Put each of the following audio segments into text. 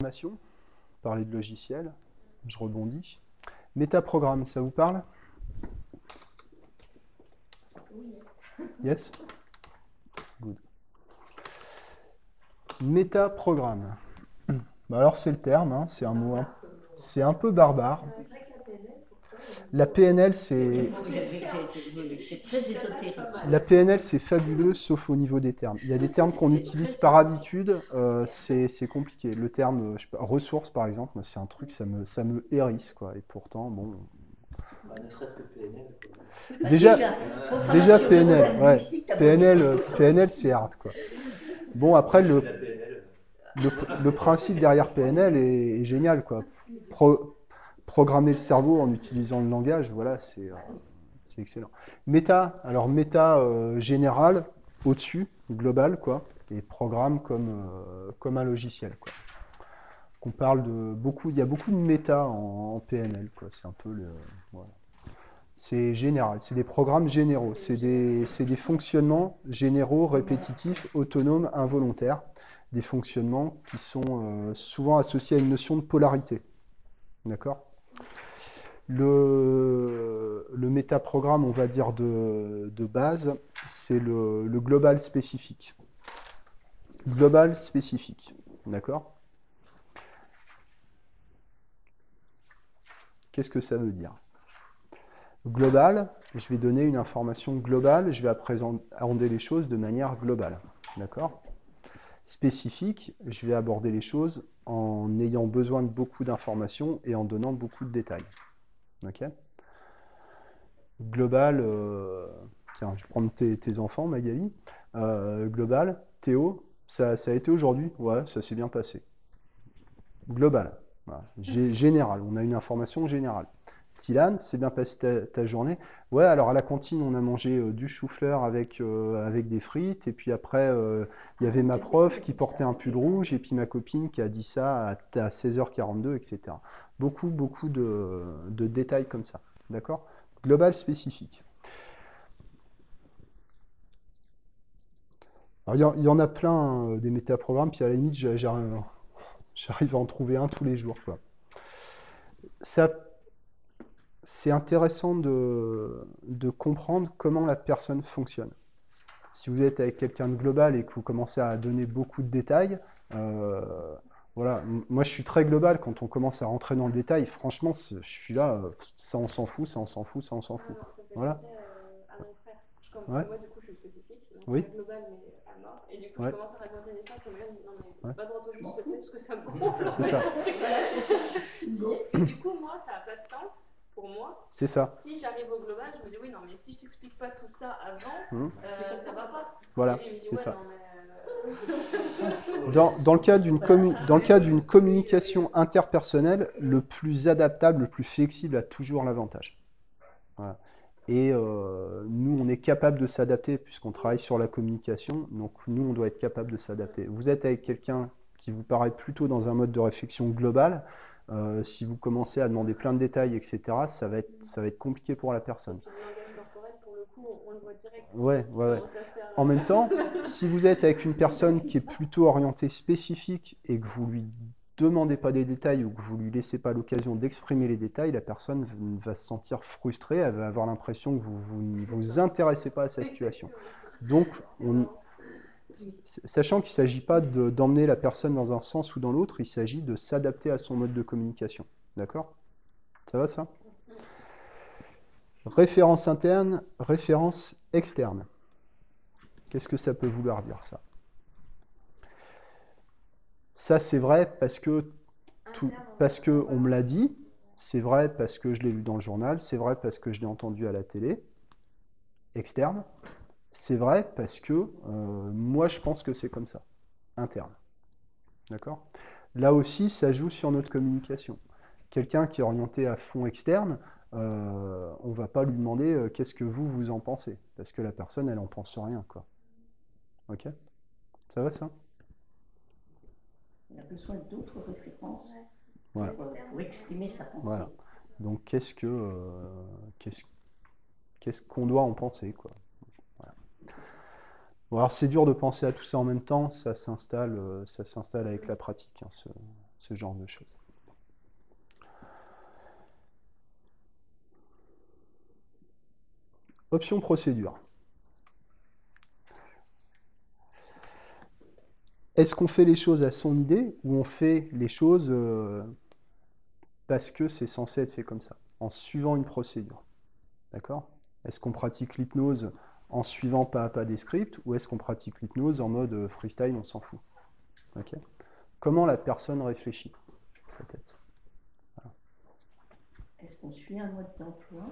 Formation, parler de logiciel, je rebondis. Métaprogramme, ça vous parle? Yes? Good. Métaprogramme. Bah alors c'est le terme, hein, c'est un mot, c'est un peu barbare. La PNL, c'est fabuleux, sauf au niveau des termes. Il y a des termes qu'on utilise par habitude, c'est compliqué. Le terme je sais pas, ressources, par exemple, c'est un truc, ça me hérisse, quoi. Et pourtant, bon. Ne serait-ce que PNL. Déjà PNL, ouais. PNL, c'est hard, quoi. Bon, après, le principe derrière PNL est génial, quoi. Programmer le cerveau en utilisant le langage, voilà, c'est excellent. Méta, alors méta général, au-dessus, global, quoi, et programme comme un logiciel, quoi. On parle de beaucoup, il y a beaucoup de méta en PNL, quoi. C'est un peu le, voilà. C'est général, c'est des programmes généraux, c'est des fonctionnements généraux, répétitifs, autonomes, involontaires, des fonctionnements qui sont souvent associés à une notion de polarité. D'accord ? Le métaprogramme, on va dire, de base, c'est le global spécifique. Global spécifique, d'accord ? Qu'est-ce que ça veut dire ? Global, je vais donner une information globale, je vais appréhender les choses de manière globale, d'accord ? Spécifique, je vais aborder les choses en ayant besoin de beaucoup d'informations et en donnant beaucoup de détails. Ok ? Global, tiens, je vais prendre tes enfants, Magali. Global, Théo, ça a été aujourd'hui? Ouais, ça s'est bien passé. Global, voilà. Général, on a une information générale. Tilan, c'est bien passé ta journée? Ouais, alors à la cantine, on a mangé du chou-fleur avec des frites, et puis après, il y avait ma prof qui portait un pull rouge, et puis ma copine qui a dit ça à 16h42, etc. Beaucoup de détails comme ça, d'accord? Global spécifique. Alors, il y en a plein, hein, des métaprogrammes, puis à la limite, j'arrive à en trouver un tous les jours, quoi. Ça, c'est intéressant de comprendre comment la personne fonctionne. Si vous êtes avec quelqu'un de global et que vous commencez à donner beaucoup de détails, voilà, moi je suis très global. Quand on commence à rentrer dans le détail, franchement, je suis là, ça on s'en fout, ça on s'en fout, ça on s'en fout. Alors, ça me fait Voilà. penser à mon frère. Parce Ouais. que moi, du coup, je suis spécifique, donc Oui. pas global, mais à mort. Et du coup, Ouais. je commence à raconter une histoire que même, non, mais Ouais. pas droit au but, s'il te plaît, parce que ça me gonfle. C'est ça. Et du coup, moi, ça n'a pas de sens pour moi. C'est ça. Si j'arrive au global, je me dis, oui, non, mais si je t'explique pas tout ça avant, ça va pas. Voilà, Et il me dit, c'est ouais, ça. non, mais. Dans le cas d'une communication interpersonnelle, le plus adaptable, le plus flexible a toujours l'avantage. Voilà. Et nous, on est capable de s'adapter puisqu'on travaille sur la communication. Donc nous, on doit être capable de s'adapter. Vous êtes avec quelqu'un qui vous paraît plutôt dans un mode de réflexion global. Si vous commencez à demander plein de détails, etc., ça va être compliqué pour la personne. Puis le langage corporel, pour le coup, on le voit direct. Ouais. En même temps, si vous êtes avec une personne qui est plutôt orientée spécifique et que vous lui demandez pas des détails ou que vous lui laissez pas l'occasion d'exprimer les détails, la personne va se sentir frustrée, elle va avoir l'impression que vous ne vous intéressez pas à sa situation. Donc, sachant qu'il ne s'agit pas d'emmener la personne dans un sens ou dans l'autre, il s'agit de s'adapter à son mode de communication. D'accord ? Ça va, ça ? Référence interne, référence externe. Qu'est-ce que ça peut vouloir dire, ça ? Ça, c'est vrai parce que on me l'a dit, c'est vrai parce que je l'ai lu dans le journal, c'est vrai parce que je l'ai entendu à la télé. Externe, c'est vrai parce que moi, je pense que c'est comme ça. Interne. D'accord ? Là aussi, ça joue sur notre communication. Quelqu'un qui est orienté à fond externe, on ne va pas lui demander qu'est-ce que vous en pensez, parce que la personne, elle n'en pense rien, quoi. Ok ? Ça va, ça ? Il a besoin d'autres références Voilà. pour exprimer sa pensée. Voilà. Donc, qu'est-ce qu'on doit en penser, quoi. Voilà. Bon, alors, c'est dur de penser à tout ça en même temps, ça s'installe avec la pratique, hein, ce genre de choses. Option procédure. Est-ce qu'on fait les choses à son idée ou on fait les choses parce que c'est censé être fait comme ça, en suivant une procédure? D'accord? Est-ce qu'on pratique l'hypnose en suivant pas à pas des scripts ou est-ce qu'on pratique l'hypnose en mode freestyle, on s'en fout? Okay. Comment la personne réfléchit sa tête? Voilà. Est-ce qu'on suit un mode d'emploi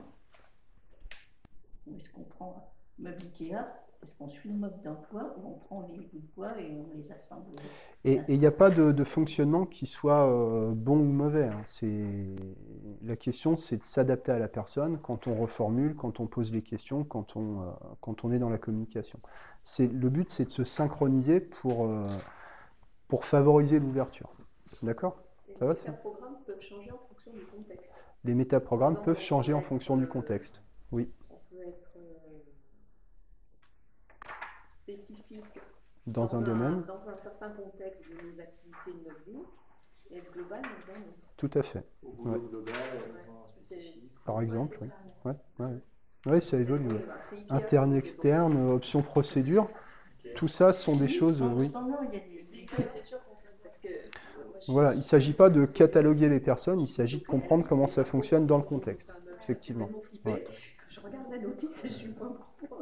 ou est-ce qu'on prend meuble Ikea? Est-ce qu'on suit le mode d'emploi ou on prend les bouts de bois et on les assemble? Et il n'y a pas de fonctionnement qui soit bon ou mauvais. Hein. La question, c'est de s'adapter à la personne quand on reformule, quand on pose les questions, quand on est dans la communication. Le but, c'est de se synchroniser pour favoriser l'ouverture. D'accord? Ça va, ça? Les métaprogrammes peuvent changer en fonction du contexte. Les métaprogrammes peuvent changer en fonction du contexte. Oui. Ça peut être spécifique dans un domaine. Dans un certain contexte de nos activités de notre vie et être global dans un autre. Tout à fait. Au boulot global, dans un spécifique. Par exemple, Ouais, oui. Ouais, ça évolue. Oui, bah, c'est Ikea, Interne, externe, option procédure. Tout ça sont des choses, oui. C'est sûr qu'on fait parce que Voilà, il ne s'agit pas de cataloguer les personnes, il s'agit de comprendre comment ça fonctionne dans le contexte, effectivement. Ouais. Je regarde la notice et je suis pas pourquoi.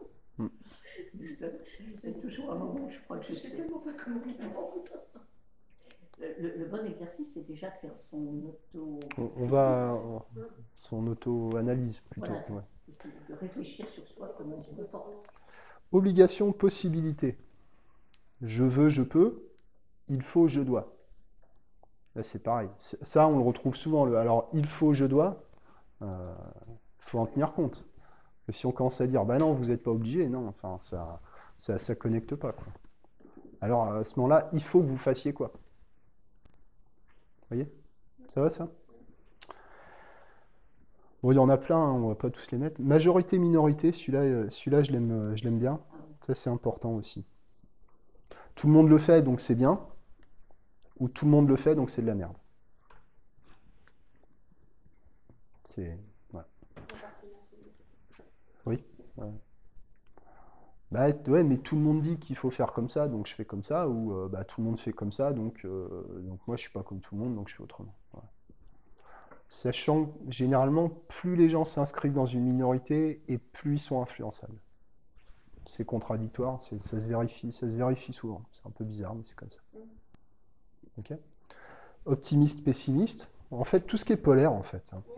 C'est toujours un moment où je crois que je sais tellement pas comment il pense. Le bon exercice, c'est déjà de faire son auto... On va... son auto-analyse, plutôt. Voilà. Ouais. De réfléchir sur soi, comment on se comporte. Obligation, possibilité. Je veux, je peux. Il faut, je dois. Là, c'est pareil. Ça, on le retrouve souvent. Alors, il faut, je dois. Faut en tenir compte. Et si on commence à dire, bah non, vous n'êtes pas obligé, non, enfin, ça connecte pas, quoi. Alors, à ce moment-là, il faut que vous fassiez quoi? Vous voyez? Ça va, ça? Bon, il y en a plein, hein, on va pas tous les mettre. Majorité, minorité, celui-là, je l'aime bien. Ça, c'est important aussi. Tout le monde le fait, donc c'est bien. Ou tout le monde le fait, donc c'est de la merde. Voilà. Oui. Ouais. Bah ouais, mais tout le monde dit qu'il faut faire comme ça, donc je fais comme ça, ou bah, tout le monde fait comme ça, donc moi je suis pas comme tout le monde, donc je fais autrement. Voilà. Sachant que généralement, plus les gens s'inscrivent dans une minorité, et plus ils sont influençables. C'est contradictoire, ça se vérifie souvent. C'est un peu bizarre, mais c'est comme ça. Ok. Optimiste, pessimiste. En fait, tout ce qui est polaire, en fait. Hein.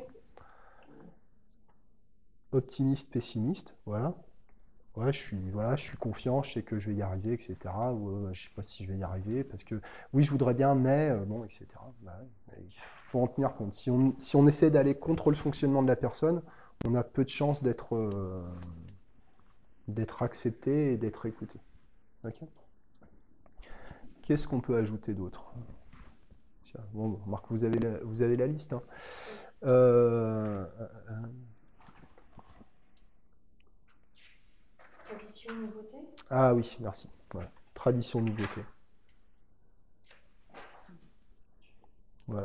Optimiste, pessimiste, voilà. Ouais, je suis confiant, je sais que je vais y arriver, etc. Ou je sais pas si je vais y arriver, parce que oui, je voudrais bien, mais bon, etc. Bah, ouais, il faut en tenir compte. Si on essaie d'aller contre le fonctionnement de la personne, on a peu de chances d'être accepté et d'être écouté. Okay. Qu'est-ce qu'on peut ajouter d'autre? Bon, Marc, vous avez la liste. Hein. Tradition, nouveauté. Ah oui, merci. Voilà. Tradition, nouveauté. Voilà.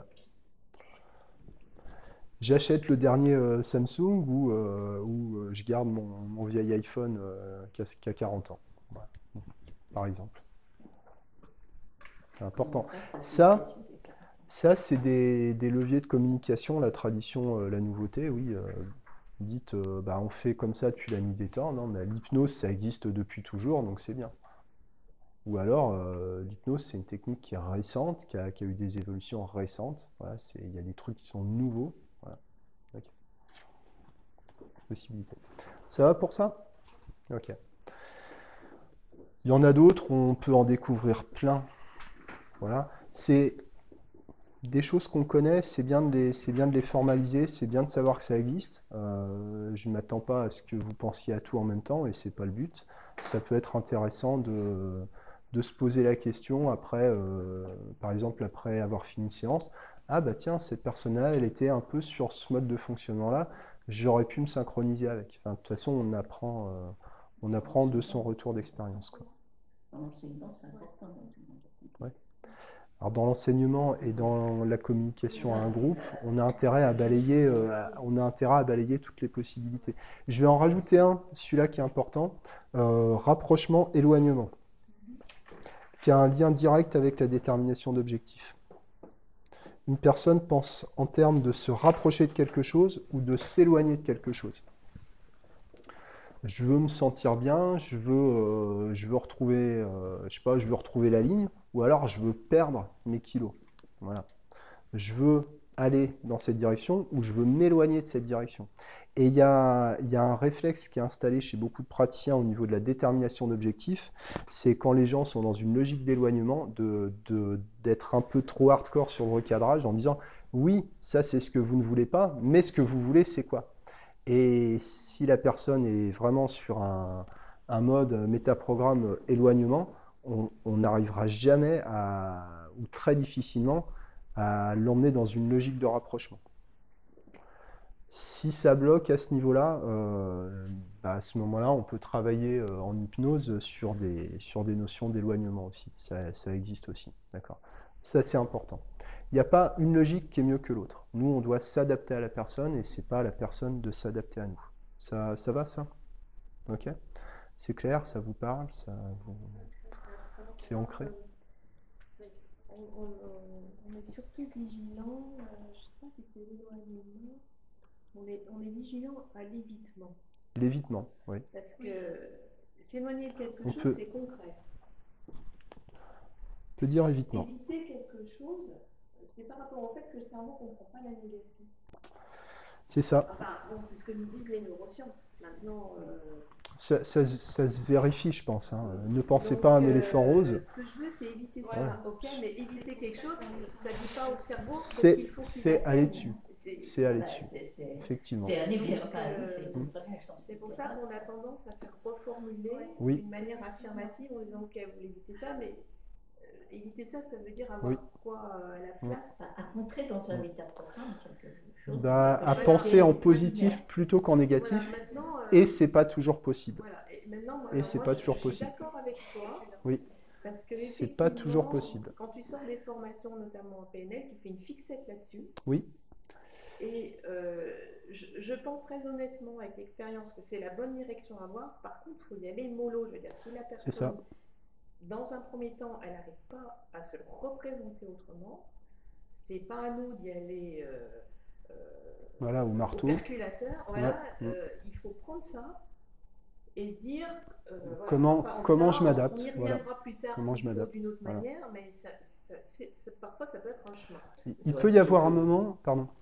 J'achète le dernier Samsung ou je garde mon vieil iPhone qui a 40 ans. Voilà. Par exemple. C'est important. Ça c'est des leviers de communication, la tradition, la nouveauté, oui. Dites, bah, on fait comme ça depuis la nuit des temps. Non, mais l'hypnose, ça existe depuis toujours, donc c'est bien. Ou alors, l'hypnose, c'est une technique qui est récente, qui a eu des évolutions récentes. Voilà, il y a des trucs qui sont nouveaux. Voilà. Okay. Possibilité. Ça va pour ça? Ok. Il y en a d'autres, on peut en découvrir plein. Voilà. C'est des choses qu'on connaît, c'est bien de les formaliser, c'est bien de savoir que ça existe. Je ne m'attends pas à ce que vous pensiez à tout en même temps, et ce n'est pas le but. Ça peut être intéressant de se poser la question après, par exemple, après avoir fini une séance. Ah bah tiens, cette personne-là, elle était un peu sur ce mode de fonctionnement-là, j'aurais pu me synchroniser avec. Enfin, de toute façon, on apprend de son retour d'expérience. Ouais. Alors dans l'enseignement et dans la communication à un groupe, on a intérêt à balayer, toutes les possibilités. Je vais en rajouter un, celui-là qui est important, rapprochement, éloignement, qui a un lien direct avec la détermination d'objectifs. Une personne pense en termes de se rapprocher de quelque chose ou de s'éloigner de quelque chose. Je veux me sentir bien, je veux retrouver, je veux retrouver la ligne, ou alors je veux perdre mes kilos. Voilà. Je veux aller dans cette direction ou je veux m'éloigner de cette direction. Et il y a un réflexe qui est installé chez beaucoup de praticiens au niveau de la détermination d'objectifs, c'est quand les gens sont dans une logique d'éloignement, d'être un peu trop hardcore sur le recadrage en disant « oui, ça c'est ce que vous ne voulez pas, mais ce que vous voulez c'est quoi ?» Et si la personne est vraiment sur un mode métaprogramme éloignement, on n'arrivera jamais ou très difficilement à l'emmener dans une logique de rapprochement. Si ça bloque à ce niveau-là, à ce moment-là, on peut travailler en hypnose sur des notions d'éloignement aussi. Ça existe aussi, d'accord. Ça, c'est important. Il n'y a pas une logique qui est mieux que l'autre. Nous, on doit s'adapter à la personne et ce n'est pas à la personne de s'adapter à nous. Ça va, ça? Ok? C'est clair? Ça vous parle? C'est ancré? On est surtout vigilant, je ne sais pas si c'est l'éloignement, on est vigilant à l'évitement. L'évitement, oui. Parce que s'éloigner de quelque chose, c'est concret. On peut dire évitement. Éviter quelque chose, c'est par rapport au fait que le cerveau ne comprend pas la négation. C'est ça. Enfin, bon, c'est ce que nous disent les neurosciences. Maintenant, ça se vérifie, je pense. Hein. Ne pensez pas à un éléphant rose. Ce que je veux, c'est éviter ça. Ouais. Ok, mais éviter quelque chose, ça ne dit pas au cerveau qu'il faut c'est aller dessus. C'est aller dessus, effectivement. C'est aller vers C'est pour ça qu'on a tendance à faire reformuler d'une manière affirmative en disant ok, vous voulez éviter ça, mais éviter ça, ça veut dire avoir quoi à la place à rentrer dans un métaprogramme, à penser en positif plutôt qu'en négatif, voilà, et c'est pas toujours possible. Voilà. Et maintenant, et c'est pas toujours possible. Je suis d'accord avec toi. Oui. Parce que c'est pas toujours possible. Quand tu sors des formations, notamment en PNL, tu fais une fixette là-dessus. Oui. Et je pense très honnêtement, avec l'expérience, que c'est la bonne direction à avoir. Par contre, il faut y aller mollo. Je veux dire, si la personne, dans un premier temps, elle n'arrive pas à se représenter autrement, c'est pas à nous d'y aller voilà, au marteau. Au calculateur. Voilà, il faut prendre ça et se dire comment je m'adapte. On y reviendra plus tard d'une autre voilà. manière, mais parfois ça peut être un chemin. Il peut y avoir un moment,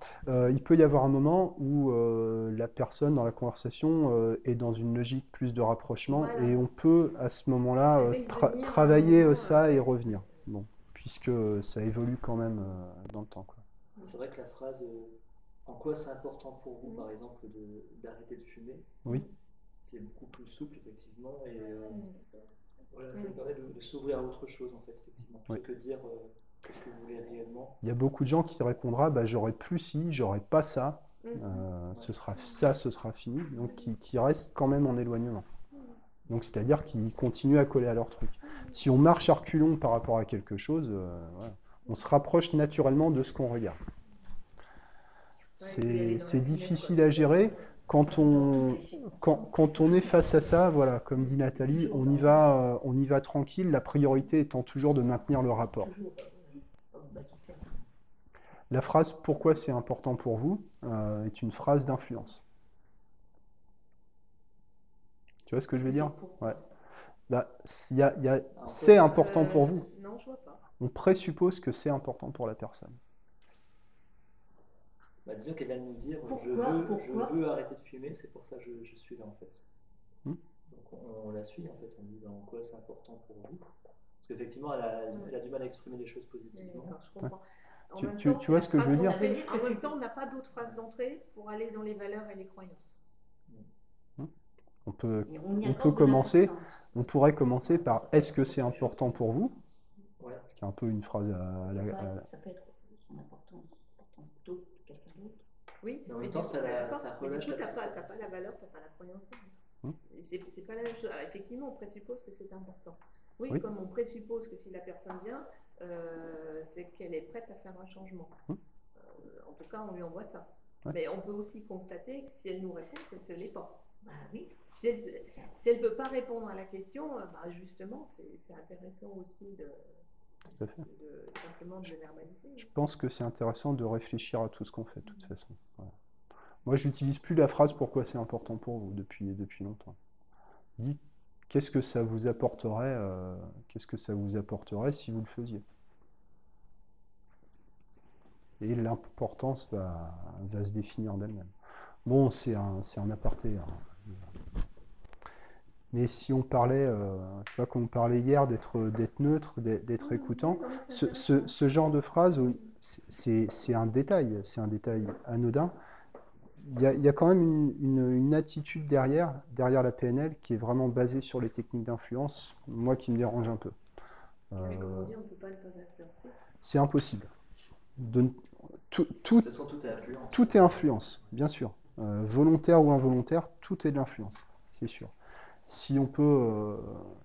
où la personne dans la conversation est dans une logique plus de rapprochement, voilà. Et on peut à ce moment-là travailler ça et revenir. Bon, puisque ça évolue quand même dans le temps. Quoi. C'est vrai que la phrase en quoi c'est important pour vous, par exemple, d'arrêter de fumer. Oui. C'est beaucoup plus souple, effectivement, et voilà, ça permet de s'ouvrir à autre chose, en fait, effectivement, plutôt que de dire qu'est-ce que vous voulez réellement. Il y a beaucoup de gens qui répondront j'aurai plus ci, j'aurai pas ça, ce sera ça, ce sera fini, donc qui restent quand même en éloignement. Donc c'est-à-dire qu'ils continuent à coller à leur truc. Si on marche à reculons par rapport à quelque chose, voilà, on se rapproche naturellement de ce qu'on regarde. C'est difficile à gérer. Quand on est face à ça, voilà, comme dit Nathalie, on y va tranquille, la priorité étant toujours de maintenir le rapport. La phrase « Pourquoi c'est important pour vous » est une phrase d'influence. Tu vois ce que je veux dire? Ouais. C'est important pour vous. Non, je vois pas. On présuppose que c'est important pour la personne. Disons qu'elle vient de nous dire je veux arrêter de fumer, c'est pour ça que je suis là en fait. Donc on la suit en fait, on dit en quoi c'est important pour vous. Parce qu'effectivement elle a du mal à exprimer les choses positivement. Je comprends. Tu vois ce que je veux dire? En même temps, on n'a pas d'autre phrase d'entrée pour aller dans les valeurs et les croyances. On pourrait commencer par est-ce que c'est important pour vous? Ce qui est un peu une phrase Ça peut être important d'autres. Oui, mais en même temps, ça relâche la personne. Tu n'as pas la valeur, tu n'as pas la croyance. C'est pas la même chose. Alors, effectivement, on présuppose que c'est important. Oui, comme on présuppose que si la personne vient, c'est qu'elle est prête à faire un changement. En tout cas, on lui envoie ça. Mais on peut aussi constater que si elle nous répond, que ce n'est pas. Bah oui. Si elle ne peut pas répondre à la question, justement, c'est intéressant aussi simplement de le verbaliser. Je pense que c'est intéressant de réfléchir à tout ce qu'on fait, de toute façon. Voilà. Moi, je n'utilise plus la phrase « pourquoi c'est important pour vous » depuis longtemps. Dites qu'est-ce que ça vous apporterait si vous le faisiez. Et l'importance va se définir d'elle-même. Bon, c'est un aparté. Hein. Mais si on parlait, tu vois, comme on parlait hier, d'être neutre, d'être écoutant, ce genre de phrase, c'est un détail anodin. Il y a quand même une attitude derrière la PNL qui est vraiment basée sur les techniques d'influence, moi qui me dérange un peu. Mais comme on dit, on ne peut pas ne pas influencer. C'est impossible. De toute façon, tout est influence. Tout est influence, bien sûr. Volontaire ou involontaire, tout est de l'influence, c'est sûr. Si on peut,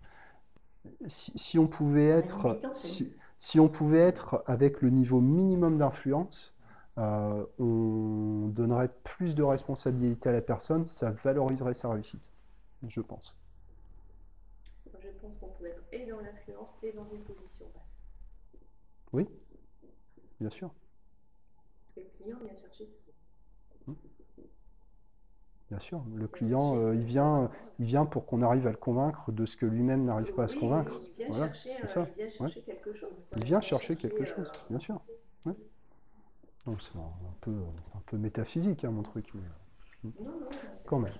si on pouvait être, si on pouvait être avec le niveau minimum d'influence, on donnerait plus de responsabilité à la personne, ça valoriserait sa réussite, je pense. Je pense qu'on peut être et dans l'influence et dans une position basse. Oui, bien sûr. Le client vient chercher de ça. Bien sûr, le client, il vient pour qu'on arrive à le convaincre de ce que lui-même n'arrive pas à se convaincre. Il vient chercher quelque chose. Il vient chercher quelque chose, bien sûr. Ouais. Donc c'est un peu métaphysique, hein, mon truc. Mais... Non, quand même.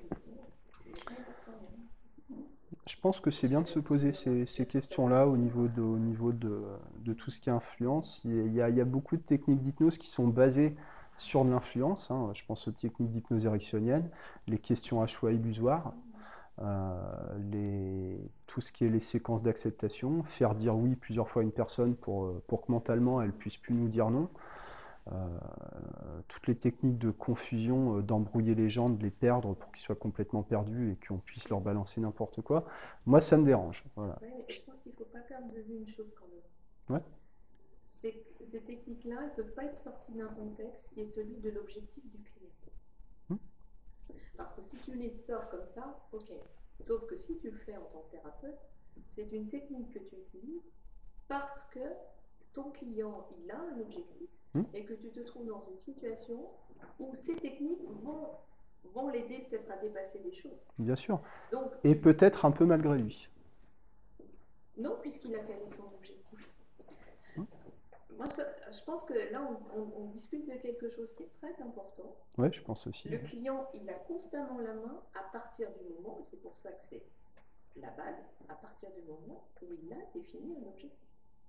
Je pense que c'est bien de se poser ces questions-là au niveau de tout ce qui influence. Il y a beaucoup de techniques d'hypnose qui sont basées sur de l'influence. Hein. Je pense aux techniques d'hypnose ericksonienne, les questions à choix illusoires, tout ce qui est les séquences d'acceptation, faire dire oui plusieurs fois à une personne pour que mentalement elle ne puisse plus nous dire non. Toutes les techniques de confusion, d'embrouiller les gens, de les perdre pour qu'ils soient complètement perdus et qu'on puisse leur balancer n'importe quoi, moi ça me dérange. Voilà. Ouais, je pense qu'il ne faut pas perdre de vue une chose quand même. Ouais. Ces techniques-là, elles ne peuvent pas être sorties d'un contexte qui est celui de l'objectif du client. Parce que si tu les sors comme ça, ok. Sauf que si tu le fais en tant que thérapeute, c'est une technique que tu utilises parce que ton client, il a un objectif et que tu te trouves dans une situation où ces techniques vont l'aider peut-être à dépasser des choses. Bien sûr. Donc, et peut-être un peu malgré lui. Non, puisqu'il a calé son objectif. Moi, je pense que là, on discute de quelque chose qui est très important. Oui, je pense aussi. Le client, il a constamment la main à partir du moment, et c'est pour ça que c'est la base, à partir du moment où il a défini un objectif.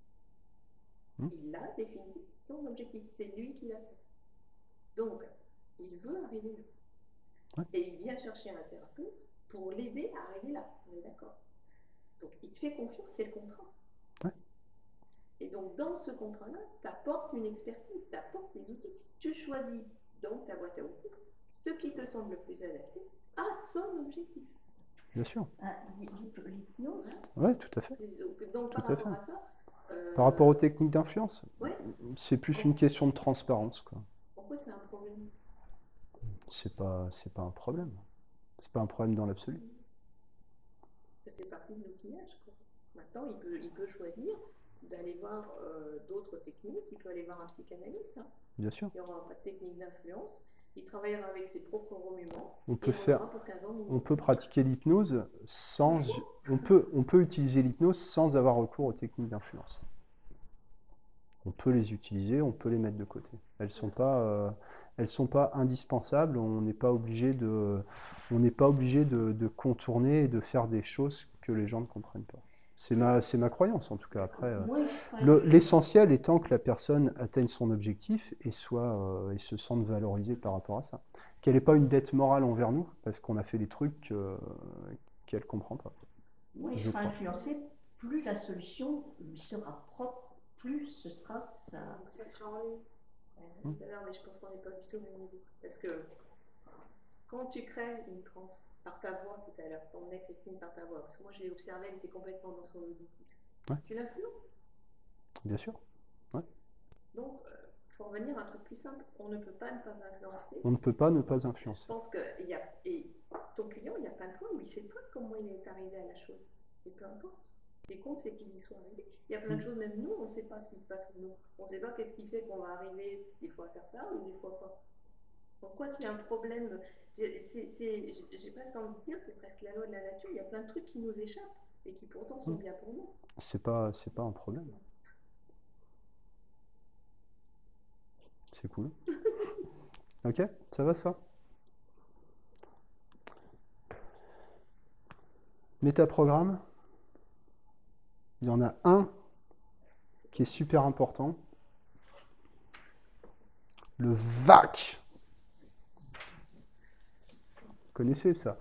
Il a défini son objectif, c'est lui qui l'a fait. Donc, il veut arriver là. Et il vient chercher un thérapeute pour l'aider à arriver là. On est d'accord. Donc, il te fait confiance, c'est le contrat. Et donc, dans ce contrat-là, tu apportes une expertise, tu apportes des outils. Tu choisis donc ta boîte à outils, ce qui te semble le plus adapté à son objectif. Bien sûr. L'hypnose. Oui, tout à fait. Donc, par rapport à ça. Par rapport aux techniques d'influence, c'est plus une question de transparence, quoi. Pourquoi c'est un problème? C'est pas un problème. C'est pas un problème dans l'absolu. Ça fait partie de l'outillage, quoi. Maintenant, il peut choisir d'aller voir d'autres techniques, il peut aller voir un psychanalyste. Hein. Bien sûr. Il n'y aura pas de technique d'influence, il travaillera avec ses propres remuements. On peut pratiquer l'hypnose sans... On peut utiliser l'hypnose sans avoir recours aux techniques d'influence. On peut les utiliser, on peut les mettre de côté. Elles sont pas indispensables, on n'est pas obligé de contourner et de faire des choses que les gens ne comprennent pas. C'est ma croyance en tout cas. Après, l'essentiel étant que la personne atteigne son objectif et se sente valorisée par rapport à ça. Qu'elle n'ait pas une dette morale envers nous parce qu'on a fait des trucs qu'elle ne comprend pas. Moins il sera influencé, plus la solution lui sera propre, plus ce sera ça. Ça sera en lui. Non, mais je pense qu'on n'est pas du tout au même niveau. Parce que quand tu crées une transe, par ta voix tout à l'heure, on est Christine par ta voix, parce que moi je l'ai observé, elle était complètement dans son auditif. Tu l'influences. Bien sûr. Ouais. Donc, il faut revenir à un truc plus simple. On ne peut pas ne pas influencer. On ne peut pas ne pas influencer. Je pense que ton client, il y a plein de fois où il ne sait pas comment il est arrivé à la chose. Et peu importe. Ce qui compte, c'est qu'il y soit arrivé. Il y a plein de choses, même nous, on ne sait pas ce qui se passe en nous. On ne sait pas qu'est-ce qui fait qu'on va arriver des fois à faire ça ou des fois pas. Pourquoi c'est un problème? J'ai presque envie de dire, c'est presque la loi de la nature. Il y a plein de trucs qui nous échappent et qui pourtant sont bien pour nous. C'est pas un problème. C'est cool. Ok, ça va ça? Métaprogramme. Il y en a un qui est super important. Le VAC. Vous connaissez ça?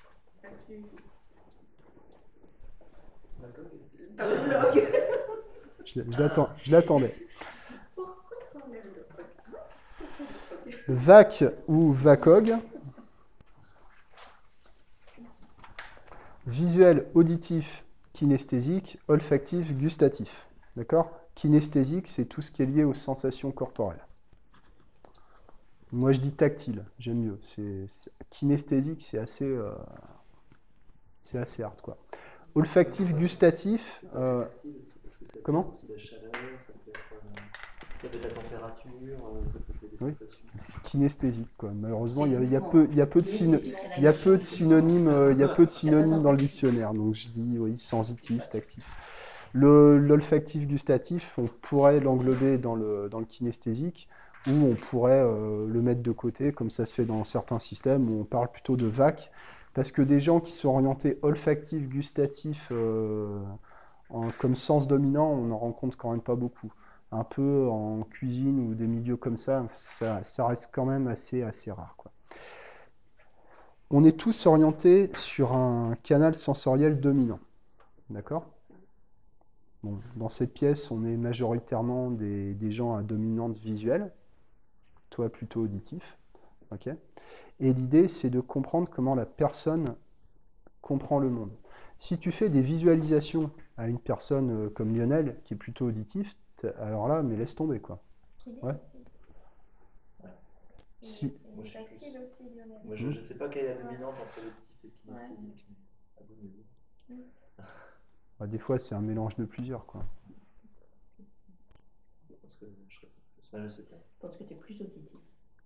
Je l'attendais. VAC ou VACOG. Visuel, auditif, kinesthésique, olfactif, gustatif. D'accord? Kinesthésique, c'est tout ce qui est lié aux sensations corporelles. Moi, je dis tactile, j'aime mieux. Kinesthésique, c'est assez hard, quoi. Olfactif, gustatif. Comment? Ça peut être la température, oui. Kinesthésique, quoi. Malheureusement, il y a peu de synonymes dans le dictionnaire. Donc je dis oui, sensitif, tactif. L'olfactif gustatif, on pourrait l'englober dans le kinesthésique, ou on pourrait le mettre de côté, comme ça se fait dans certains systèmes où on parle plutôt de VAC, parce que des gens qui sont orientés olfactif, gustatif comme sens dominant, on n'en rencontre quand même pas beaucoup. Un peu en cuisine ou des milieux comme ça, ça reste quand même assez rare, quoi. On est tous orientés sur un canal sensoriel dominant. D'accord? Bon, dans cette pièce, on est majoritairement des gens à dominante visuelle, toi plutôt auditif. Okay? Et l'idée, c'est de comprendre comment la personne comprend le monde. Si tu fais des visualisations à une personne comme Lionel, qui est plutôt auditif, alors là, mais laisse tomber, quoi. Ouais. Si. Moi, je ne sais pas quelle est la dominante entre l'auditif et le kinesthésique. Bah, des fois, c'est un mélange de plusieurs, quoi. Je pense que tu es plus auditif.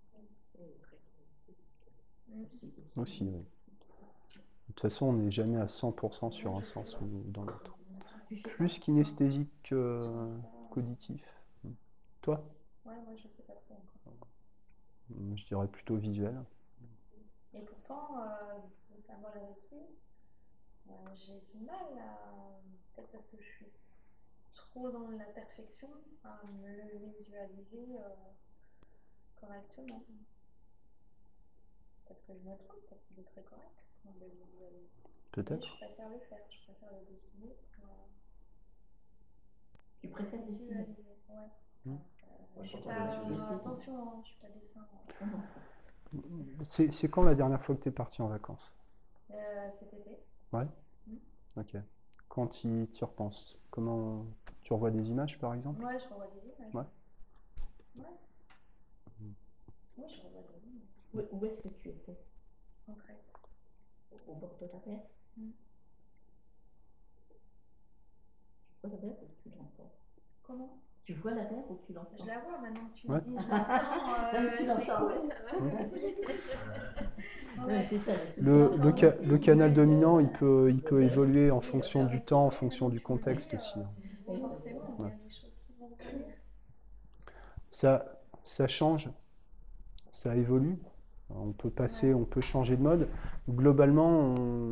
Aussi, oui. De toute façon, on n'est jamais à 100% sur un sens ou dans l'autre. Plus kinesthésique qu'auditif. Toi? Ouais, moi je sais pas trop encore. Je dirais plutôt visuel. Et pourtant, moi j'avais dit, j'ai du mal à, peut-être parce que je suis trop dans la perfection, à me le visualiser correctement. Peut-être que je me trompe, peut-être qu'il est très correct quand je le visualise. Peut-être. Je préfère le faire, je préfère le dessiner. Tu préfères dessiner? Ouais. Je suis pas, attention, je suis pas dessin. C'est quand la dernière fois que tu es parti en vacances? Cet été. Ouais. Ok. Quand tu y repenses, comment tu revois des images par exemple? Ouais, je revois des images. Ouais. Oui, je revois des images. Où est-ce que tu étais? En Crète. Au bord de la mer? Tu vois la mer ou tu l'entends? Comment? Tu vois la mer ou tu l'entends? Je la vois maintenant, tu me dis, je l'entends, je l'écoute. Le canal dominant, il peut évoluer en fonction du temps, en fonction du contexte aussi. Forcément, il y a des choses qui vont venir. Ça change, ça évolue. On peut passer, on peut changer de mode. Globalement,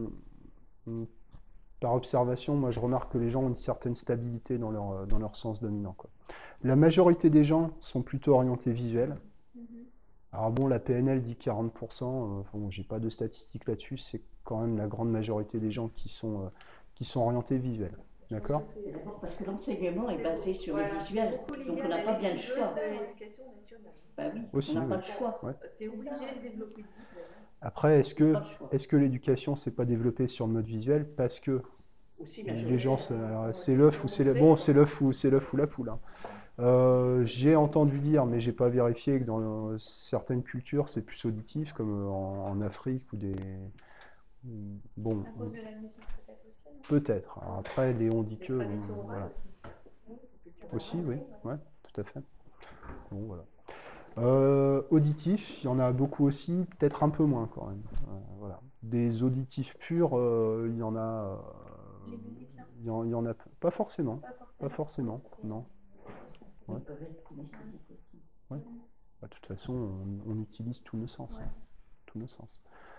par observation, moi je remarque que les gens ont une certaine stabilité dans leur sens dominant, quoi. La majorité des gens sont plutôt orientés visuels. Alors bon, la PNL dit 40%, bon, j'ai pas de statistiques là-dessus, c'est quand même la grande majorité des gens qui sont orientés visuels. D'accord? Parce que l'enseignement est basé sur le visuel, donc on n'a pas bien le choix. Bah oui, aussi, on n'a pas le choix. Ouais. Tu es obligé de développer le visuel. Après, est-ce que l'éducation s'est pas développée sur le mode visuel parce que Aussi Les gens, c'est l'œuf ou c'est l'œuf ou la poule. Hein. J'ai entendu dire, mais j'ai pas vérifié, que dans certaines cultures, c'est plus auditif, comme en Afrique ou des. Bon. À cause de la musique, peut-être aussi. Peut-être. Alors après, Léon dit que. Voilà. Aussi, oui, ouais, tout à fait. Bon, voilà. Auditif, il y en a beaucoup aussi, peut-être un peu moins quand même. Voilà. Des auditifs purs, il y en a. Les musiciens. Il y en a pas forcément. Pas forcément, non. Ouais. Ils peuvent être kinesthésiques aussi. Ouais. Bah, de toute façon, on utilise tous nos sens. Ouais. Hein. Tous nos sens.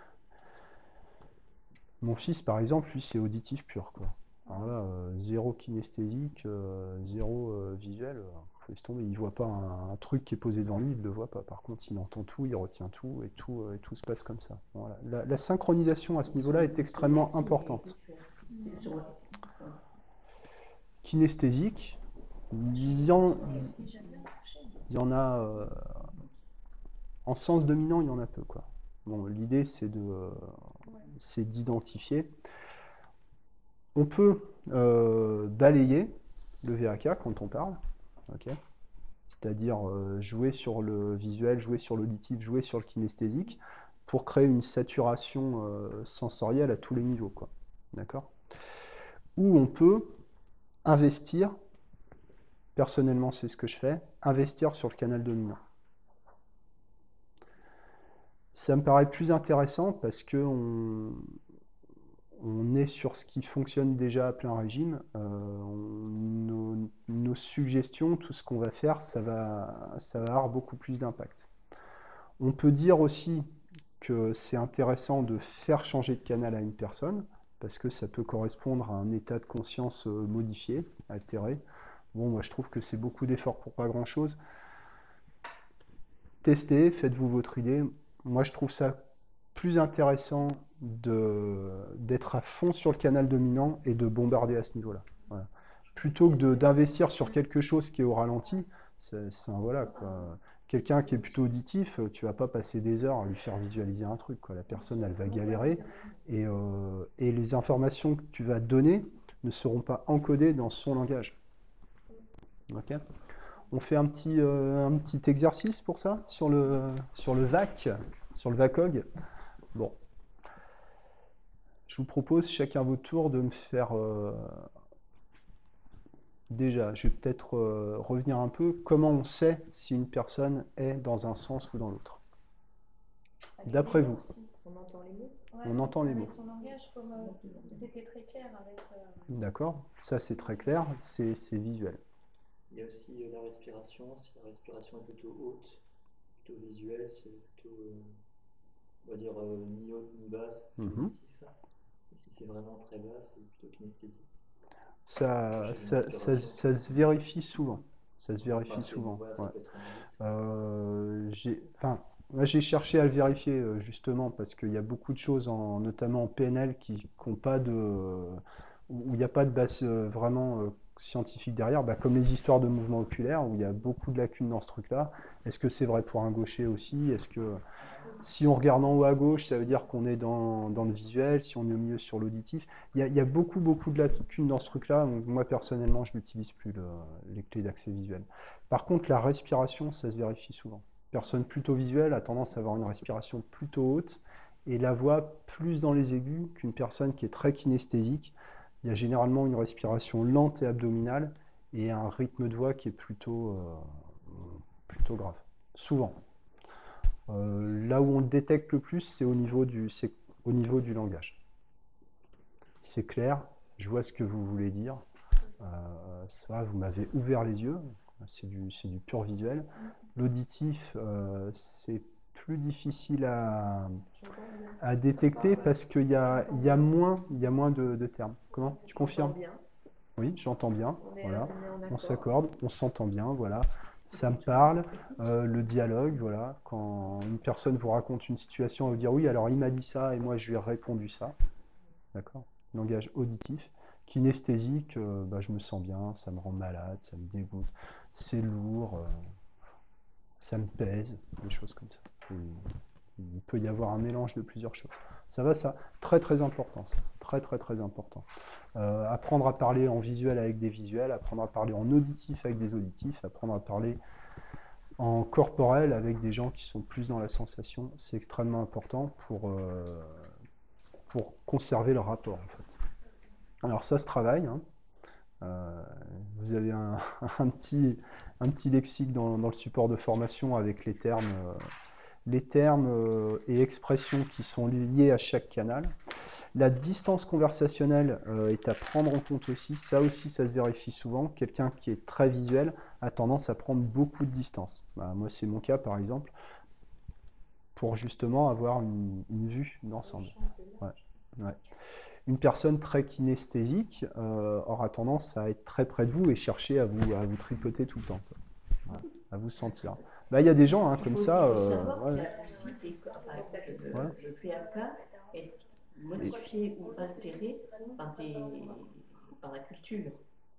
Mon fils, par exemple, lui, c'est auditif pur, quoi. Alors là, zéro kinesthésique, zéro visuel, faut laisser tomber. Il ne voit pas un truc qui est posé devant lui, il ne le voit pas. Par contre, il entend tout, il retient tout, et tout se passe comme ça. Voilà. La synchronisation à ce niveau-là est extrêmement importante. Kinesthésique, il y en a en sens dominant, il y en a peu, quoi. Bon, l'idée, c'est d'identifier. On peut balayer le VAK quand on parle, okay. C'est-à-dire jouer sur le visuel, jouer sur l'auditif, jouer sur le kinesthésique, pour créer une saturation sensorielle à tous les niveaux, quoi. D'accord ? Ou on peut investir, personnellement c'est ce que je fais, investir sur le canal dominant. Ça me paraît plus intéressant parce que on est sur ce qui fonctionne déjà à plein régime. Nos suggestions, tout ce qu'on va faire, ça va avoir beaucoup plus d'impact. On peut dire aussi que c'est intéressant de faire changer de canal à une personne, parce que ça peut correspondre à un état de conscience modifié, altéré. Bon, moi je trouve que c'est beaucoup d'efforts pour pas grand-chose. Testez, faites-vous votre idée. Moi je trouve ça plus intéressant d'être à fond sur le canal dominant et de bombarder à ce niveau-là. Voilà. Plutôt que d'investir sur quelque chose qui est au ralenti, voilà, quoi. Quelqu'un qui est plutôt auditif, tu vas pas passer des heures à lui faire visualiser un truc, quoi. La personne, elle va galérer et les informations que tu vas donner ne seront pas encodées dans son langage. Ok ? On fait un petit exercice pour ça sur le VAC, sur le VACOG. Bon. Je vous propose chacun à votre tour de me faire... Déjà, je vais peut-être revenir un peu. Comment on sait si une personne est dans un sens ou dans l'autre? D'après vous. On entend les mots. Ouais, on entend les mots. Son langage, comme c'était très clair avec... D'accord, ça c'est très clair, c'est visuel. Il y a aussi la respiration. Si la respiration est plutôt haute, plutôt visuelle, c'est plutôt, on va dire, ni haute ni basse, plutôt auditif. Et si c'est vraiment très bas, c'est plutôt kinesthésique. Ça se vérifie souvent. Ça se vérifie souvent. Ouais. Moi, j'ai cherché à le vérifier justement parce qu'il y a beaucoup de choses, notamment en PNL, où il n'y a pas de base vraiment scientifique derrière, comme les histoires de mouvements oculaires, où il y a beaucoup de lacunes dans ce truc-là. Est-ce que c'est vrai pour un gaucher aussi? Est-ce que si on regarde en haut à gauche, ça veut dire qu'on est dans le visuel, si on est au milieu sur l'auditif? Il y a beaucoup de lacunes dans ce truc-là. Donc moi, personnellement, je n'utilise plus les clés d'accès visuel. Par contre, la respiration, ça se vérifie souvent. Personne plutôt visuelle a tendance à avoir une respiration plutôt haute et la voix plus dans les aigus qu'une personne qui est très kinesthésique. Il y a généralement une respiration lente et abdominale et un rythme de voix qui est plutôt grave. Souvent. Là où on le détecte le plus, c'est au niveau du langage. C'est clair, je vois ce que vous voulez dire. Ça, vous m'avez ouvert les yeux. C'est du pur visuel. L'auditif, c'est plus difficile à détecter parce qu'il y a moins de termes. Comment? Tu confirmes? Oui, j'entends bien. Voilà. On s'accorde, on s'entend bien. Voilà. Ça me parle. Le dialogue, voilà. Quand une personne vous raconte une situation, elle va vous dire oui, alors il m'a dit ça et moi je lui ai répondu ça. D'accord? Langage auditif. Kinesthésique, je me sens bien, ça me rend malade, ça me dégoûte, c'est lourd, ça me pèse, des choses comme ça. Il peut y avoir un mélange de plusieurs choses. Ça va, ça? Très très important, ça. très très très important. Apprendre à parler en visuel avec des visuels, apprendre à parler en auditif avec des auditifs, apprendre à parler en corporel avec des gens qui sont plus dans la sensation, c'est extrêmement important pour conserver le rapport en fait. Alors ça se travaille, hein. Vous avez un petit lexique dans le support de formation avec les termes et expressions qui sont liés à chaque canal. La distance conversationnelle est à prendre en compte aussi. Ça aussi, ça se vérifie souvent. Quelqu'un qui est très visuel a tendance à prendre beaucoup de distance. Moi, c'est mon cas, par exemple, pour justement avoir une vue d'ensemble. Ouais. Une personne très kinesthésique aura tendance à être très près de vous et chercher à vous tripoter tout le temps, quoi. Ouais, à vous sentir. Il y a des gens comme ça. Le PAK est modifié ou altéré par la culture.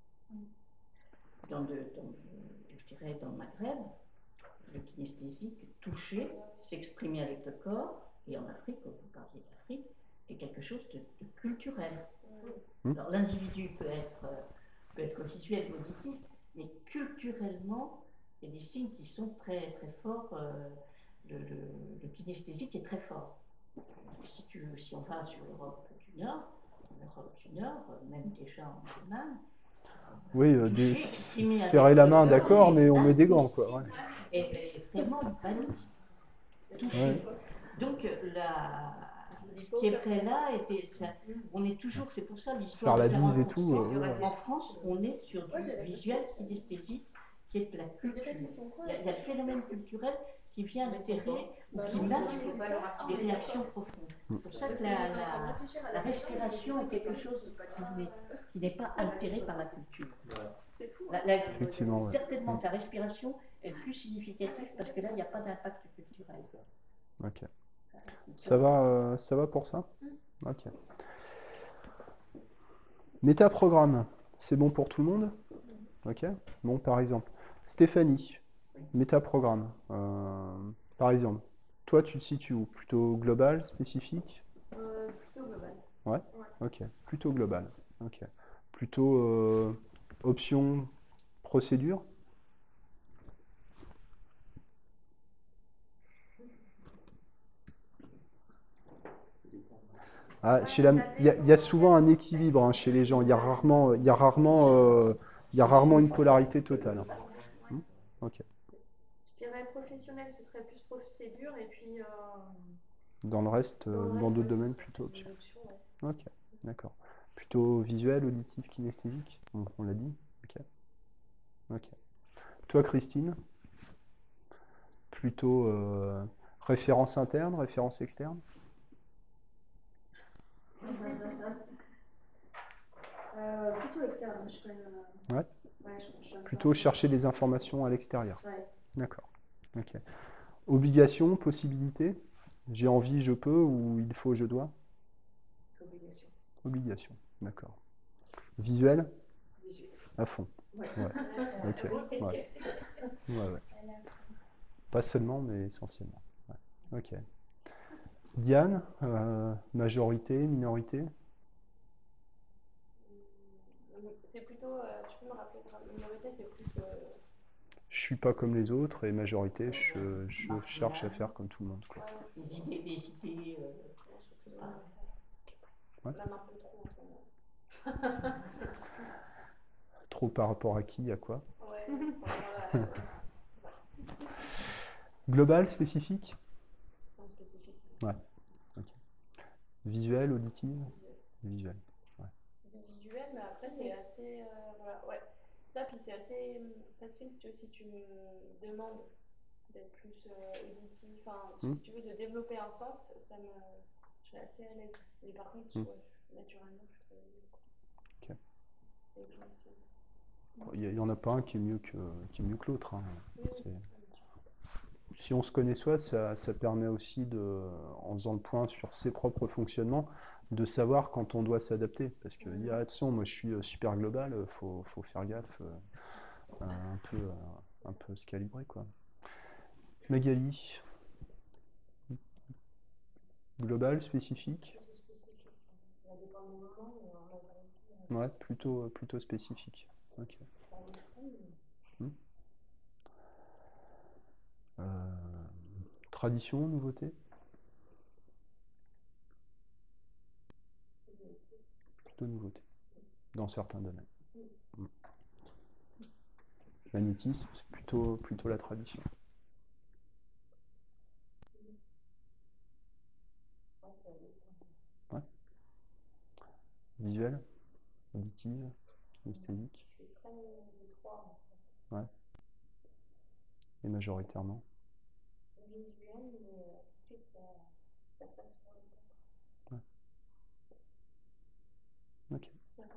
Dans le Maghreb, le kinesthésique, toucher, s'exprimer avec le corps, et en Afrique, quand vous parliez d'Afrique, est quelque chose de culturel. Alors l'individu peut être visuel ou auditif, mais culturellement, il y a des signes qui sont très très forts. Le kinesthésique est très fort. Si on va sur l'Europe du Nord, même déjà en Allemagne. Oui, serrer la main, d'accord, mais on met des gants, quoi. Ouais. Et vraiment une panique. Toucher. Ouais. Donc ce qui est prêt là, on est toujours, c'est pour ça l'histoire. Faire la bise et tout. En France, on est sur du visuel kinesthésique qui est de la culture. Il y a le phénomène culturel qui vient altérer ou qui masque des réactions profondes. C'est pour ça que la respiration est quelque chose qui n'est pas altéré par la culture. Effectivement, certainement que la respiration est plus significative parce que là, il n'y a pas d'impact culturel. Ok. Ça va pour ça? Ok. Métaprogramme, c'est bon pour tout le monde? Ok. Bon, par exemple, Stéphanie, métaprogramme. Par exemple, toi, tu te situes où? Plutôt global, spécifique? Plutôt global. Ouais? Ok. Plutôt global. Ok. Plutôt option, procédure? Il y a souvent un équilibre chez les gens. Il y a rarement une polarité totale. Ok. Je dirais professionnel, ce serait plus procédure, et puis... dans le reste, dans d'autres domaines, plutôt option. Ok, d'accord. Plutôt visuel, auditif, kinesthésique, on l'a dit. Ok. Toi, Christine, plutôt référence interne, référence externe? Plutôt externe, je connais. Ouais. Plutôt chercher des informations à l'extérieur. Ouais. D'accord. Ok. Obligation, possibilité, j'ai envie, je peux, ou il faut, je dois? Obligation. Obligation, d'accord. Visuel? Visuel. À fond. Ouais. Ok. Ouais. Pas seulement, mais essentiellement. Ouais. Ok. Diane, majorité, minorité? C'est plutôt, tu peux me rappeler, minorité, c'est plus... Je suis pas comme les autres, et majorité, je cherche à faire comme tout le monde, quoi. Des idées. Même un peu trop en ce moment. Trop par rapport à qui, à quoi? Ouais. Global, spécifique? Non, spécifique. Ouais. Ok. Visuel, auditive? Visuel. Ouais. Visuel, mais après c'est assez... voilà, ouais. Ça, puis c'est assez facile si tu me demandes d'être plus auditif, enfin, si tu veux de développer un sens, je suis assez à l'aise. Mais par contre, naturellement, je suis très à l'aise. Ok. Il n'y en a pas un qui est mieux que l'autre. Hein. Si on se connaît soi, ça permet aussi, en faisant le point sur ses propres fonctionnements, de savoir quand on doit s'adapter. Parce que, attention, moi je suis super global, faut faire gaffe, un peu se calibrer, quoi. Magali, global, spécifique? Ça dépend du Ouais, plutôt spécifique. Ok. Hmm. Tradition, nouveauté? Plutôt nouveauté, dans certains domaines. Hmm. Magnétisme, c'est plutôt la tradition. Ouais. Visuel, auditive, esthétique. Ouais. Et majoritairement. Ouais. Ok.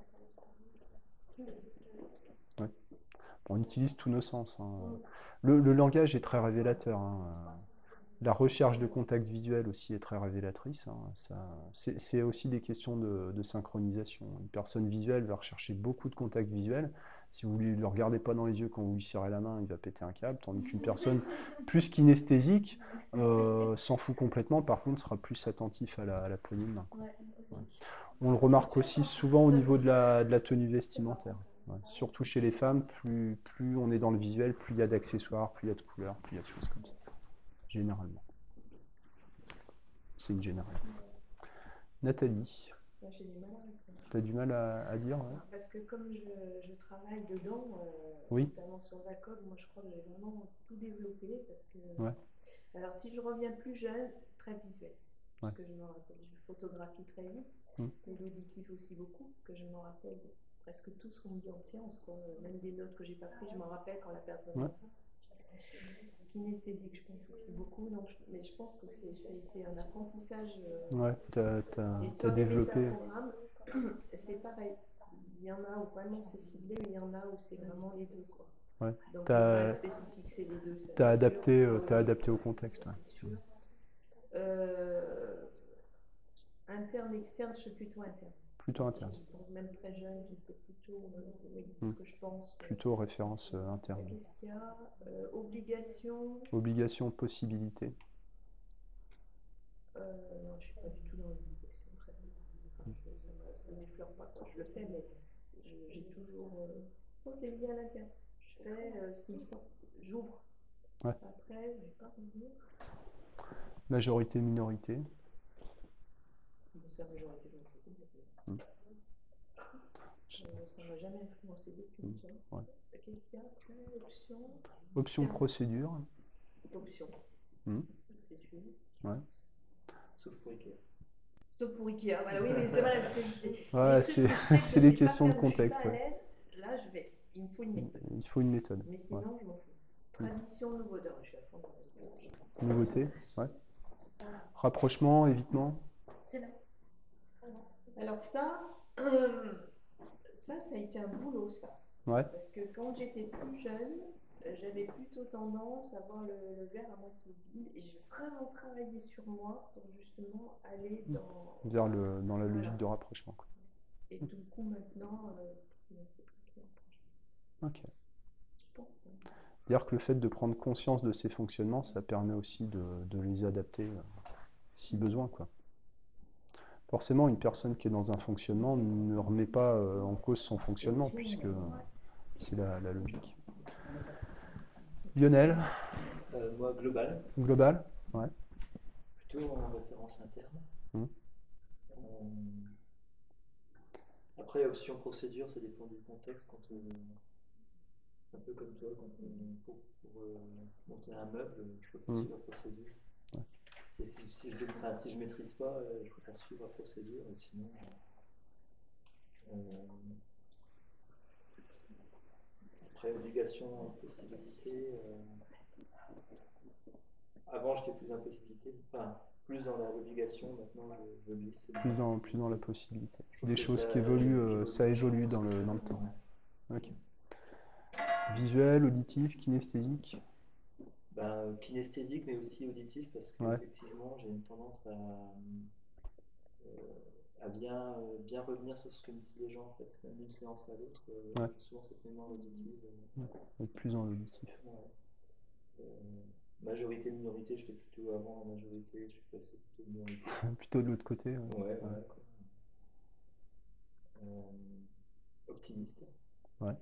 Ouais. On utilise tous nos sens. Hein. Le langage est très révélateur. Hein. La recherche de contact visuel aussi est très révélatrice. Hein. C'est aussi des questions de synchronisation. Une personne visuelle va rechercher beaucoup de contacts visuels. Si vous ne le regardez pas dans les yeux quand vous lui serrez la main, il va péter un câble. Tandis qu'une personne plus kinesthésique s'en fout complètement. Par contre, sera plus attentif à la poignée de main. Ouais. On le remarque aussi souvent au niveau de la tenue vestimentaire. Ouais. Surtout chez les femmes, plus on est dans le visuel, plus il y a d'accessoires, plus il y a de couleurs, plus il y a de choses comme ça. Généralement. C'est une généralité. Nathalie, j'ai du mal à répondre. tu as du mal à dire? Ouais. Parce que comme je travaille dedans, oui. notamment sur la code, moi je crois que j'ai vraiment tout développé parce que... Ouais. Alors si je reviens plus jeune, très visuel. Parce Ouais. que je me rappelle, je photographie très vite, mais l'auditif aussi beaucoup, parce que je me rappelle presque tout ce qu'on me dit en séance, quoi. Même des notes que j'ai pas prises, je m'en rappelle quand la personne... Ouais. Kinesthésique, je pense aussi beaucoup, donc, mais je pense que ça a été un apprentissage. Ouais, tu as développé. C'est pareil. Il y en a où vraiment c'est ciblé, mais il y en a où c'est vraiment les deux, quoi. Ouais. Donc spécifique, c'est les deux. Tu as adapté au contexte. Ouais. C'est sûr. Interne, externe, je suis plutôt interne. Plutôt interne. Même très jeune, j'étais plutôt, c'est ce que je pense. Plutôt référence interne. Qu'est-ce qu'il y a? Obligation. Obligation, possibilité. Non, je ne suis pas du tout dans l'obligation. Ça ne m'effleure pas quand je le fais, mais j'ai toujours. C'est lié à l'interne. Je fais ce qui me sent. J'ouvre. Ouais. Après, je ne vais pas revenir. Majorité, minorité. C'est la majorité, donc je sais. Ça ne m'a jamais influencé depuis ça. Ouais. Qu'est-ce qu'il y a après? Option, procédure. Option. Ouais. Sauf pour Ikea. Sauf pour Ikea, voilà, oui, mais c'est vrai. C'est les questions de contexte. Ouais. Là, il me faut une méthode. Il faut une méthode. Mais sinon, je m'en fous. Tradition, nouveauté. Je suis à fond dans ça. Nouveauté, ouais. Rapprochement, évitement. C'est là. Alors ça a été un boulot, ça. Ouais. Parce que quand j'étais plus jeune, j'avais plutôt tendance à voir le verre à moitié vide et j'ai vraiment travaillé sur moi pour justement aller dans la logique de rapprochement. Quoi. Et du coup maintenant, ok. C'est-à-dire que le fait de prendre conscience de ces fonctionnements, ça permet aussi de les adapter si besoin, quoi. Forcément, une personne qui est dans un fonctionnement ne remet pas en cause son fonctionnement, puisque c'est la logique. Lionel? Moi, global. Global, ouais. Plutôt en référence interne. Après, option procédure, ça dépend du contexte. Quand un peu comme toi, pour monter un meuble, je préfère suivre la procédure. Ouais. Si je maîtrise pas, je préfère suivre la procédure, et sinon. Après, obligation, possibilité. Avant, j'étais plus dans la possibilité. Enfin, plus dans l'obligation, maintenant je glisse. Plus dans la possibilité. Des choses qui évoluent, ça évolue dans le temps. Ok. Visuel, auditif, kinesthésique? Kinesthésique, mais aussi auditif, parce qu'effectivement, j'ai une tendance à bien revenir sur ce que me disent les gens, en fait. Même d'une séance à l'autre, souvent cette mémoire auditive. Plus dans l'auditif. Majorité, minorité, je fais plutôt avant la majorité, je suis passé plutôt de minorité. Plutôt de l'autre côté. Ouais. Optimiste. Ouais.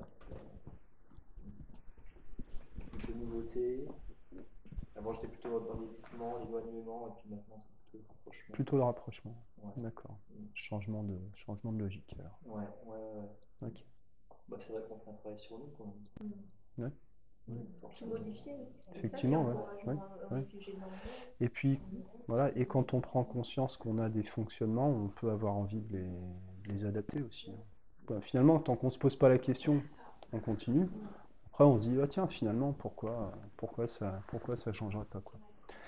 Plutôt nouveauté. Avant, j'étais plutôt dans l'évitement, l'éloignement, et puis maintenant, c'est plutôt le rapprochement. Plutôt le rapprochement. Ouais. D'accord. Changement de logique, alors. Ouais. Ok. Bah, c'est vrai qu'on fait un travail sur nous, quand même. Ouais. Tout modifier. Effectivement, ouais. Et puis, voilà, et quand on prend conscience qu'on a des fonctionnements, on peut avoir envie de les adapter aussi. Bah, finalement, tant qu'on ne se pose pas la question, on continue. Après, on se dit, ah, tiens, finalement, pourquoi ça changerait pas, quoi.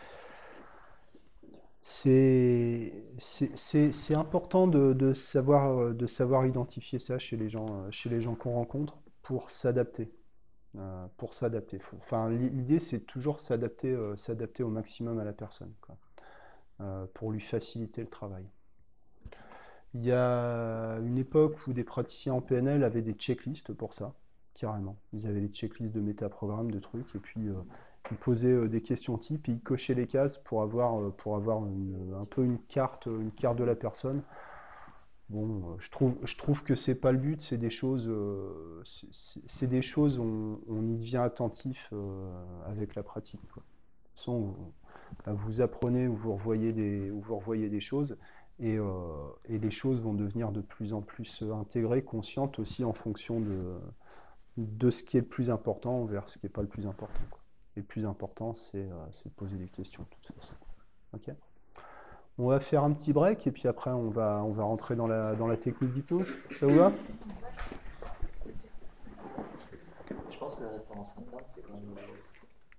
C'est important de savoir identifier ça chez les gens qu'on rencontre pour s'adapter. Enfin, l'idée, c'est toujours s'adapter au maximum à la personne, quoi, pour lui faciliter le travail. Il y a une époque où des praticiens en PNL avaient des checklists pour ça, carrément. Ils avaient des checklists de métaprogrammes, de trucs, et puis ils posaient des questions types, et ils cochaient les cases pour avoir un peu une carte de la personne. Bon, je trouve que c'est pas le but, c'est des choses, on y devient attentif avec la pratique, quoi. De toute façon, vous apprenez ou vous revoyez des choses, et les choses vont devenir de plus en plus intégrées, conscientes aussi en fonction de ce qui est le plus important vers ce qui n'est pas le plus important, quoi. Et le plus important, c'est de poser des questions, de toute façon. Ok ? On va faire un petit break et puis après on va rentrer dans la technique d'hypnose. Ça vous va ? Je pense que la référence interne, c'est quand même